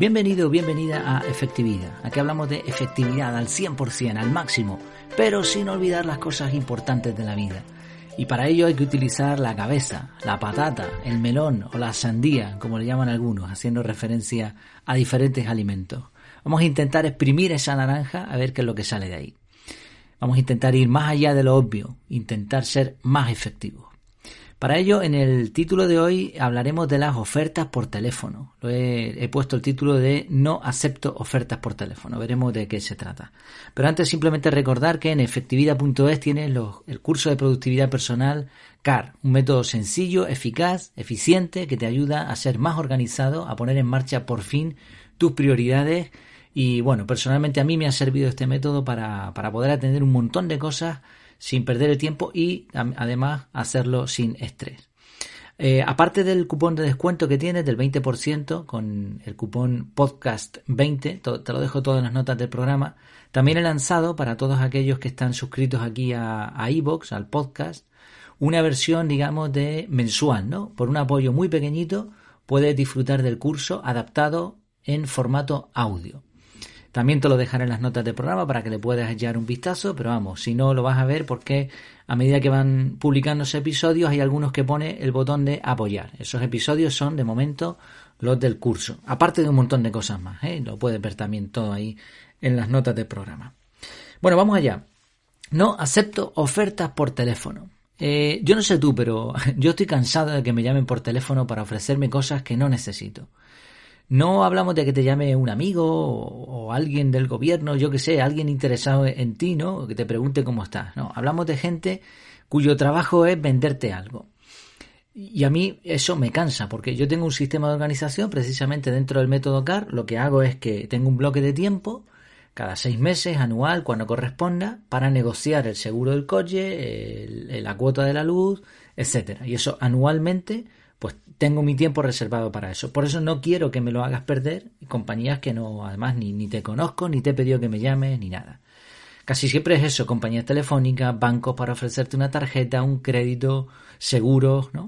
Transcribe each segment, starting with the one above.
Bienvenido o bienvenida a Efectividad. Aquí hablamos de efectividad al 100%, al máximo, pero sin olvidar las cosas importantes de la vida. Y para ello hay que utilizar la cabeza, la patata, el melón o la sandía, como le llaman algunos, haciendo referencia a diferentes alimentos. Vamos a intentar exprimir esa naranja a ver qué es lo que sale de ahí. Vamos a intentar ir más allá de lo obvio, intentar ser más efectivos. Para ello, en el título de hoy hablaremos de las ofertas por teléfono. He puesto el título de No acepto ofertas por teléfono. Veremos de qué se trata. Pero antes simplemente recordar que en efectividad.es tienes el curso de productividad personal CAR, un método sencillo, eficaz, eficiente, que te ayuda a ser más organizado, a poner en marcha por fin tus prioridades. Y bueno, personalmente a mí me ha servido este método para poder atender un montón de cosas sin perder el tiempo y además hacerlo sin estrés. Aparte del cupón de descuento que tienes del 20% con el cupón podcast20, te lo dejo todo en las notas del programa, también he lanzado para todos aquellos que están suscritos aquí a iVoox, al podcast, una versión, digamos, de mensual, ¿no? Por un apoyo muy pequeñito puedes disfrutar del curso adaptado en formato audio. También te lo dejaré en las notas del programa para que le puedas echar un vistazo, pero vamos, si no lo vas a ver porque a medida que van publicándose episodios hay algunos que pone el botón de apoyar. Esos episodios son de momento los del curso, aparte de un montón de cosas más, lo puedes ver también todo ahí en las notas del programa. Bueno, vamos allá. No acepto ofertas por teléfono. Yo no sé tú, pero yo estoy cansado de que me llamen por teléfono para ofrecerme cosas que no necesito. No hablamos de que te llame un amigo o alguien del gobierno, yo que sé, alguien interesado en ti, ¿no? Que te pregunte cómo estás. No, hablamos de gente cuyo trabajo es venderte algo. Y a mí eso me cansa, porque yo tengo un sistema de organización precisamente dentro del método CAR. Lo que hago es que tengo un bloque de tiempo, cada 6 meses, anual, cuando corresponda, para negociar el seguro del coche, la cuota de la luz, etcétera. Y eso anualmente, pues tengo mi tiempo reservado para eso. Por eso no quiero que me lo hagas perder, compañías que no, además ni te conozco, ni te he pedido que me llames, ni nada. Casi siempre es eso, compañías telefónicas, bancos para ofrecerte una tarjeta, un crédito, seguros, ¿no?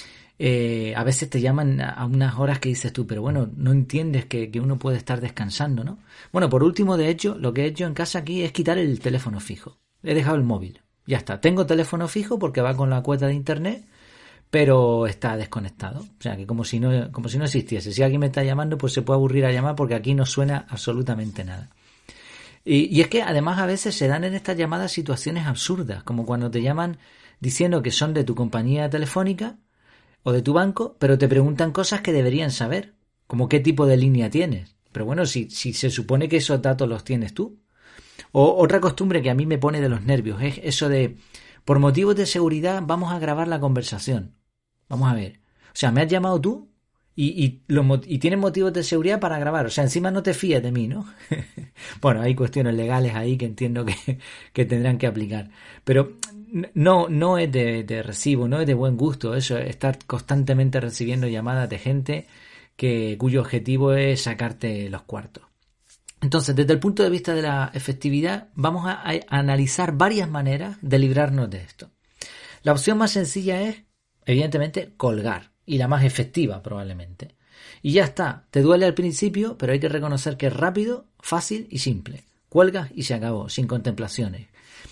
A veces te llaman a unas horas que dices tú, pero bueno, no entiendes que uno puede estar descansando, ¿no? Bueno, por último, de hecho, lo que he hecho en casa aquí es quitar el teléfono fijo. He dejado el móvil. Ya está. Tengo teléfono fijo porque va con la cuota de internet, pero está desconectado. O sea, que como si no existiese. Si alguien me está llamando, pues se puede aburrir a llamar porque aquí no suena absolutamente nada. Y es que además a veces se dan en estas llamadas situaciones absurdas, como cuando te llaman diciendo que son de tu compañía telefónica o de tu banco, pero te preguntan cosas que deberían saber, como qué tipo de línea tienes. Pero bueno, si se supone que esos datos los tienes tú. O otra costumbre que a mí me pone de los nervios es eso de, por motivos de seguridad vamos a grabar la conversación. Vamos a ver. O sea, me has llamado tú y tienes motivos de seguridad para grabar. O sea, encima no te fías de mí, ¿no? Bueno, hay cuestiones legales ahí que entiendo que tendrán que aplicar. Pero no es de recibo, no es de buen gusto eso, estar constantemente recibiendo llamadas de gente cuyo objetivo es sacarte los cuartos. Entonces, desde el punto de vista de la efectividad, vamos a analizar varias maneras de librarnos de esto. La opción más sencilla es, evidentemente, colgar, y la más efectiva probablemente. Y ya está, te duele al principio, pero hay que reconocer que es rápido, fácil y simple. Cuelgas y se acabó, sin contemplaciones.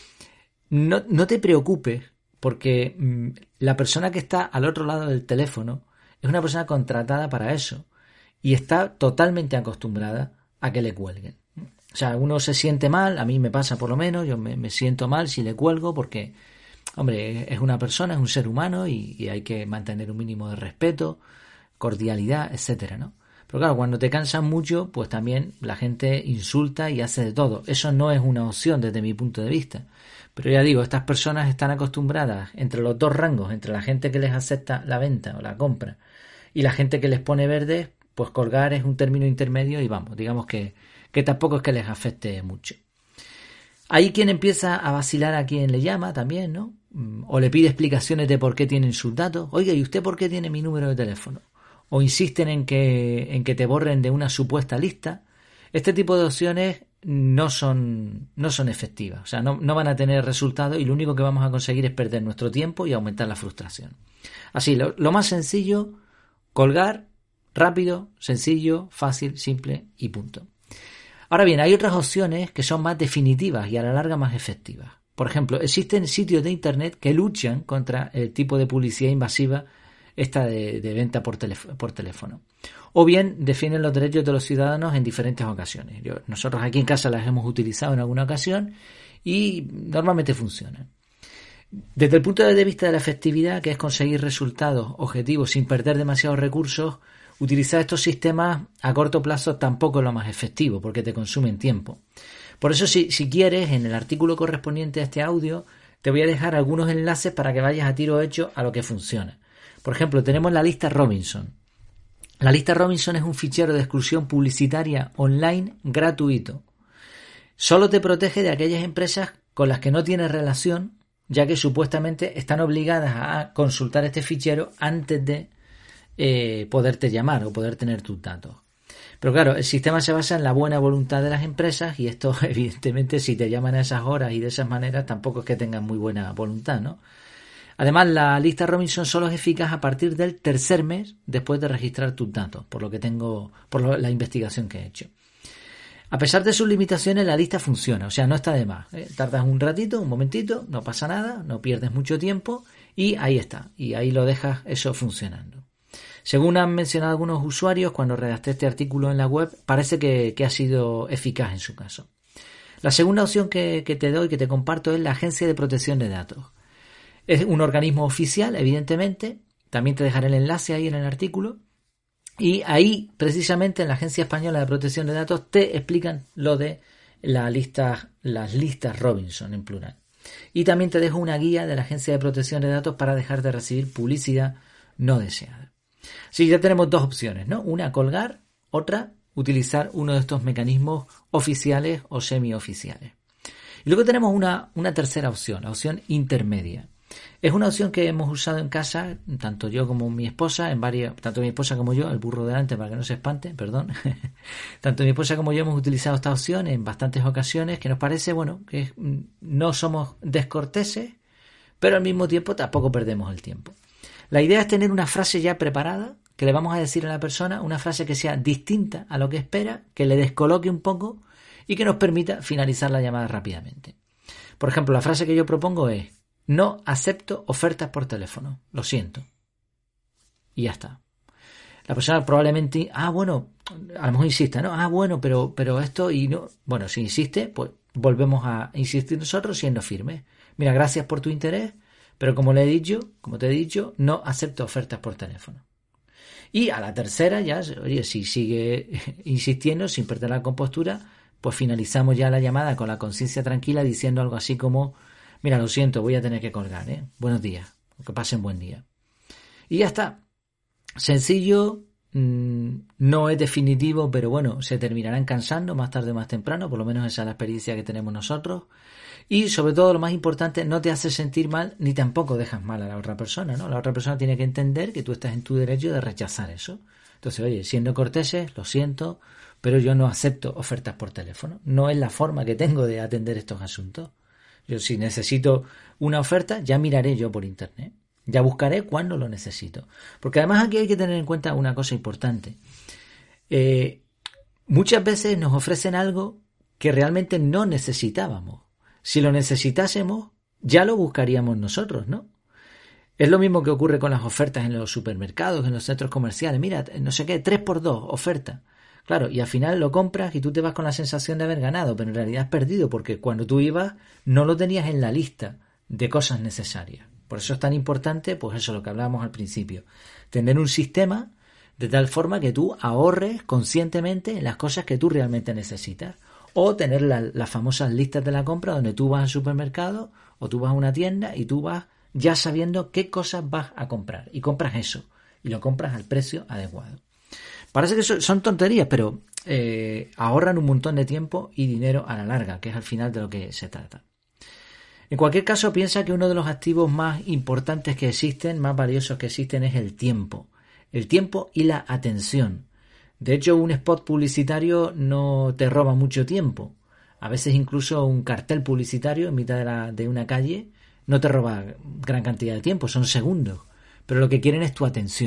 No te preocupes, porque la persona que está al otro lado del teléfono es una persona contratada para eso y está totalmente acostumbrada a que le cuelguen. O sea, uno se siente mal, a mí me pasa por lo menos, yo me siento mal si le cuelgo porque, hombre, es una persona, es un ser humano y hay que mantener un mínimo de respeto, cordialidad, etcétera, ¿no? Pero claro, cuando te cansan mucho, pues también la gente insulta y hace de todo. Eso no es una opción desde mi punto de vista. Pero ya digo, estas personas están acostumbradas entre los dos rangos, entre la gente que les acepta la venta o la compra y la gente que les pone verdes, pues colgar es un término intermedio y vamos, digamos que tampoco es que les afecte mucho. Hay quien empieza a vacilar a quien le llama también, ¿no? O le pide explicaciones de por qué tienen sus datos. Oiga, ¿y usted por qué tiene mi número de teléfono? O insisten en que te borren de una supuesta lista. Este tipo de opciones no son efectivas, o sea, no van a tener resultado y lo único que vamos a conseguir es perder nuestro tiempo y aumentar la frustración. Así, lo más sencillo, colgar Rápido, sencillo, fácil, simple y punto. Ahora bien, hay otras opciones que son más definitivas y a la larga más efectivas. Por ejemplo, existen sitios de internet que luchan contra el tipo de publicidad invasiva esta de venta por teléfono. O bien defienden los derechos de los ciudadanos en diferentes ocasiones. Nosotros aquí en casa las hemos utilizado en alguna ocasión y normalmente funcionan. Desde el punto de vista de la efectividad, que es conseguir resultados objetivos sin perder demasiados recursos, utilizar estos sistemas a corto plazo tampoco es lo más efectivo porque te consumen tiempo. Por eso, si quieres, en el artículo correspondiente a este audio, te voy a dejar algunos enlaces para que vayas a tiro hecho a lo que funciona. Por ejemplo, tenemos la lista Robinson. La lista Robinson es un fichero de exclusión publicitaria online gratuito. Solo te protege de aquellas empresas con las que no tienes relación, ya que supuestamente están obligadas a consultar este fichero antes de poderte llamar o poder tener tus datos. Pero claro, el sistema se basa en la buena voluntad de las empresas y esto, evidentemente, si te llaman a esas horas y de esas maneras, tampoco es que tengan muy buena voluntad, ¿no? Además, la lista Robinson solo es eficaz a partir del tercer mes después de registrar tus datos, por la investigación que he hecho. A pesar de sus limitaciones, la lista funciona, o sea, no está de más. Tardas un ratito, un momentito, no pasa nada, no pierdes mucho tiempo y ahí está, y ahí lo dejas eso funcionando. Según han mencionado algunos usuarios, cuando redacté este artículo en la web, parece que ha sido eficaz en su caso. La segunda opción que te doy, que te comparto, es la Agencia de Protección de Datos. Es un organismo oficial, evidentemente, también te dejaré el enlace ahí en el artículo, y ahí, precisamente en la Agencia Española de Protección de Datos, te explican lo de las listas Robinson en plural. Y también te dejo una guía de la Agencia de Protección de Datos para dejar de recibir publicidad no deseada. Sí, ya tenemos dos opciones, ¿no? Una, colgar, otra, utilizar uno de estos mecanismos oficiales o semioficiales. Y luego tenemos una tercera opción, la opción intermedia. Es una opción que hemos usado en casa, tanto yo como mi esposa, tanto mi esposa como yo, el burro delante para que no se espante, perdón. Tanto mi esposa como yo hemos utilizado esta opción en bastantes ocasiones, que nos parece, bueno, que no somos descorteses, pero al mismo tiempo tampoco perdemos el tiempo. La idea es tener una frase ya preparada, que le vamos a decir a la persona, una frase que sea distinta a lo que espera, que le descoloque un poco y que nos permita finalizar la llamada rápidamente. Por ejemplo, la frase que yo propongo es: no acepto ofertas por teléfono, lo siento. Y ya está. La persona probablemente, a lo mejor insista, ¿no? Pero esto y no. Bueno, si insiste, pues volvemos a insistir nosotros siendo firmes. Mira, gracias por tu interés, pero como te he dicho, no acepto ofertas por teléfono. Y a la tercera ya, oye, si sigue insistiendo sin perder la compostura, pues finalizamos ya la llamada con la conciencia tranquila diciendo algo así como: mira, lo siento, voy a tener que colgar, buenos días, que pasen buen día. Y ya está. Sencillo, no es definitivo, pero bueno, se terminarán cansando más tarde o más temprano, por lo menos esa es la experiencia que tenemos nosotros. Y sobre todo, lo más importante, no te hace sentir mal ni tampoco dejas mal a la otra persona, ¿no? La otra persona tiene que entender que tú estás en tu derecho de rechazar eso. Entonces, oye, siendo corteses, lo siento, pero yo no acepto ofertas por teléfono. No es la forma que tengo de atender estos asuntos. Yo, si necesito una oferta, ya miraré yo por internet. Ya buscaré cuando lo necesito. Porque además aquí hay que tener en cuenta una cosa importante. Muchas veces nos ofrecen algo que realmente no necesitábamos. Si lo necesitásemos, ya lo buscaríamos nosotros, ¿no? Es lo mismo que ocurre con las ofertas en los supermercados, en los centros comerciales. Mira, no sé qué, 3x2, oferta. Claro, y al final lo compras y tú te vas con la sensación de haber ganado, pero en realidad has perdido porque cuando tú ibas no lo tenías en la lista de cosas necesarias. Por eso es tan importante, pues eso, lo que hablábamos al principio. Tener un sistema de tal forma que tú ahorres conscientemente en las cosas que tú realmente necesitas. O tener las famosas listas de la compra donde tú vas al supermercado o tú vas a una tienda y tú vas ya sabiendo qué cosas vas a comprar. Y compras eso. Y lo compras al precio adecuado. Parece que son tonterías, pero ahorran un montón de tiempo y dinero a la larga, que es al final de lo que se trata. En cualquier caso, piensa que uno de los activos más importantes que existen, más valiosos que existen, es el tiempo. El tiempo y la atención. De hecho, un spot publicitario no te roba mucho tiempo. A veces incluso un cartel publicitario en mitad de una calle no te roba gran cantidad de tiempo, son segundos. Pero lo que quieren es tu atención.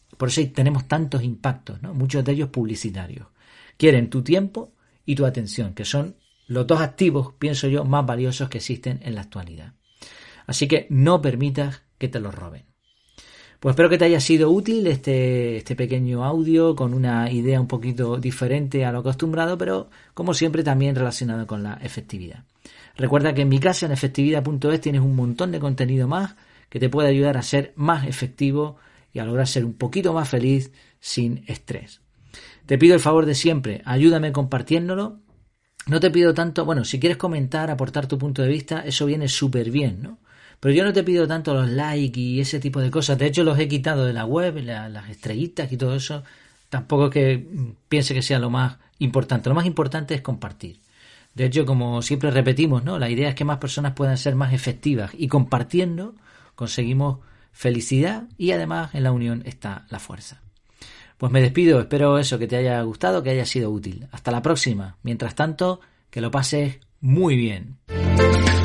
Por eso tenemos tantos impactos, ¿no? Muchos de ellos publicitarios. Quieren tu tiempo y tu atención, que son los dos activos, pienso yo, más valiosos que existen en la actualidad. Así que no permitas que te los roben. Pues espero que te haya sido útil este pequeño audio con una idea un poquito diferente a lo acostumbrado, pero como siempre también relacionado con la efectividad. Recuerda que en mi casa en efectividad.es tienes un montón de contenido más que te puede ayudar a ser más efectivo y a lograr ser un poquito más feliz sin estrés. Te pido el favor de siempre, ayúdame compartiéndolo. No te pido tanto, bueno, si quieres comentar, aportar tu punto de vista, eso viene súper bien, ¿no? Pero yo no te pido tanto los likes y ese tipo de cosas. De hecho, los he quitado de la web, las estrellitas y todo eso. Tampoco es que piense que sea lo más importante. Lo más importante es compartir. De hecho, como siempre repetimos, ¿no? La idea es que más personas puedan ser más efectivas. Y compartiendo conseguimos felicidad y además en la unión está la fuerza. Pues me despido. Espero eso, que te haya gustado, que haya sido útil. Hasta la próxima. Mientras tanto, que lo pases muy bien.